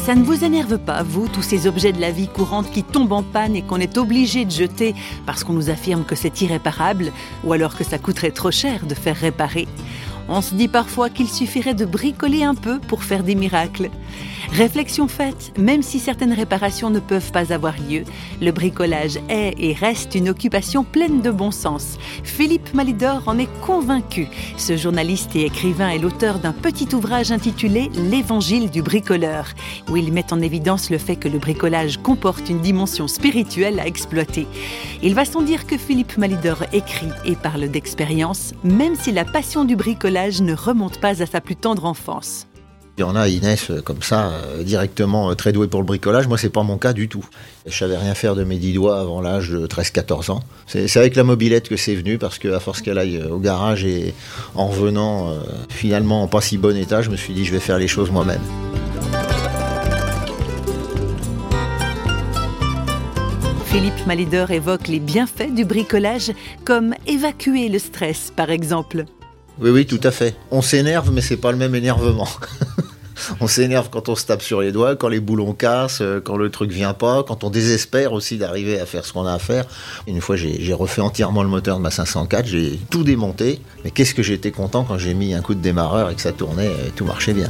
Ça ne vous énerve pas, vous, tous ces objets de la vie courante qui tombent en panne et qu'on est obligé de jeter parce qu'on nous affirme que c'est irréparable ou alors que ça coûterait trop cher de faire réparer? On se dit parfois qu'il suffirait de bricoler un peu pour faire des miracles. Réflexion faite, même si certaines réparations ne peuvent pas avoir lieu, le bricolage est et reste une occupation pleine de bon sens. Philippe Malidor en est convaincu. Ce journaliste et écrivain est l'auteur d'un petit ouvrage intitulé « L'Évangile du bricoleur », où il met en évidence le fait que le bricolage comporte une dimension spirituelle à exploiter. Il va sans dire que Philippe Malidor écrit et parle d'expérience, même si la passion du bricolage ne remonte pas à sa plus tendre enfance. Il y en a, Inès, comme ça, directement très douée pour le bricolage. Moi, c'est pas mon cas du tout. Je savais rien faire de mes 10 doigts avant l'âge de 13-14 ans. C'est avec la mobilette que c'est venu, parce qu'à force qu'elle aille au garage et en revenant, finalement, en pas si bon état, je me suis dit, je vais faire les choses moi-même. Philippe Malidor évoque les bienfaits du bricolage, comme évacuer le stress, par exemple. Oui, tout à fait. On s'énerve, mais c'est pas le même énervement. On s'énerve quand on se tape sur les doigts, quand les boulons cassent, quand le truc vient pas, quand on désespère aussi d'arriver à faire ce qu'on a à faire. Une fois, j'ai refait entièrement le moteur de ma 504, j'ai tout démonté. Mais qu'est-ce que j'étais content quand j'ai mis un coup de démarreur et que ça tournait et tout marchait bien.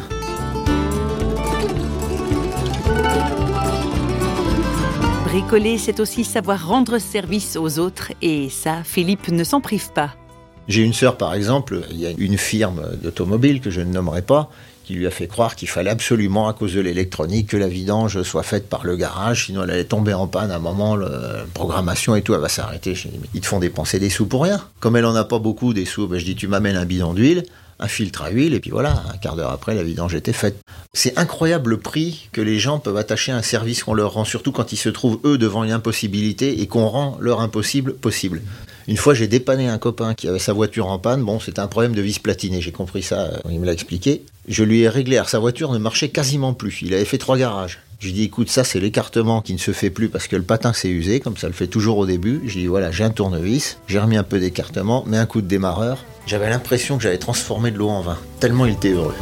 Bricoler, c'est aussi savoir rendre service aux autres, et ça, Philippe ne s'en prive pas. J'ai une sœur, par exemple, il y a une firme d'automobile que je ne nommerai pas, qui lui a fait croire qu'il fallait absolument, à cause de l'électronique, que la vidange soit faite par le garage, sinon elle allait tomber en panne à un moment, la programmation et tout, elle va s'arrêter. Ils te font dépenser des sous pour rien. Comme elle en a pas beaucoup, des sous, je dis, tu m'amènes un bidon d'huile, un filtre à huile, et puis voilà, un quart d'heure après, la vidange était faite. C'est incroyable le prix que les gens peuvent attacher à un service qu'on leur rend, surtout quand ils se trouvent, eux, devant une impossibilité et qu'on rend leur impossible possible. Une fois, j'ai dépanné un copain qui avait sa voiture en panne. Bon, c'était un problème de vis platinée, j'ai compris ça, il me l'a expliqué. Je lui ai réglé, alors sa voiture ne marchait quasiment plus. Il avait fait 3 garages. Je lui ai dit, écoute, ça c'est l'écartement qui ne se fait plus parce que le patin s'est usé, comme ça le fait toujours au début. Je lui ai dit, voilà, j'ai un tournevis, j'ai remis un peu d'écartement, mets un coup de démarreur. J'avais l'impression que j'avais transformé de l'eau en vin, tellement il était heureux.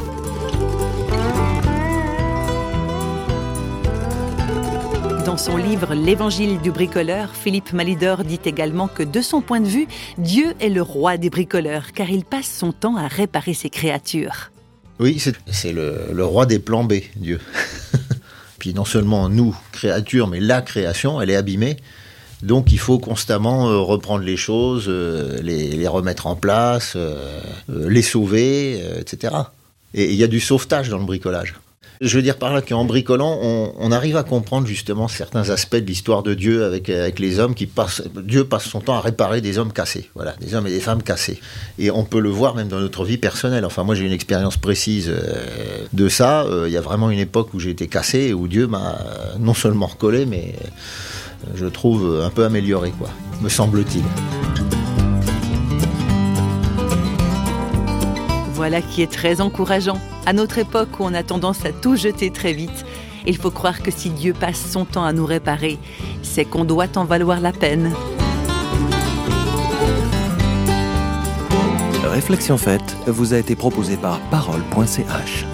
Dans son livre « L'Évangile du bricoleur », Philippe Malidor dit également que, de son point de vue, Dieu est le roi des bricoleurs, car il passe son temps à réparer ses créatures. Oui, c'est le roi des plans B, Dieu. Puis non seulement nous, créatures, mais la création, elle est abîmée. Donc il faut constamment reprendre les choses, les remettre en place, les sauver, etc. Et il y a du sauvetage dans le bricolage. Je veux dire par là qu'en bricolant, on arrive à comprendre justement certains aspects de l'histoire de Dieu avec les hommes Dieu passe son temps à réparer des hommes cassés, voilà, des hommes et des femmes cassés. Et on peut le voir même dans notre vie personnelle. Enfin, moi j'ai une expérience précise de ça. Il y a vraiment une époque où j'ai été cassé et où Dieu m'a non seulement recollé, mais je trouve un peu amélioré, quoi, me semble-t-il. Voilà qui est très encourageant. À notre époque où on a tendance à tout jeter très vite, il faut croire que si Dieu passe son temps à nous réparer, c'est qu'on doit en valoir la peine. Réflexion faite vous a été proposée par parole.ch.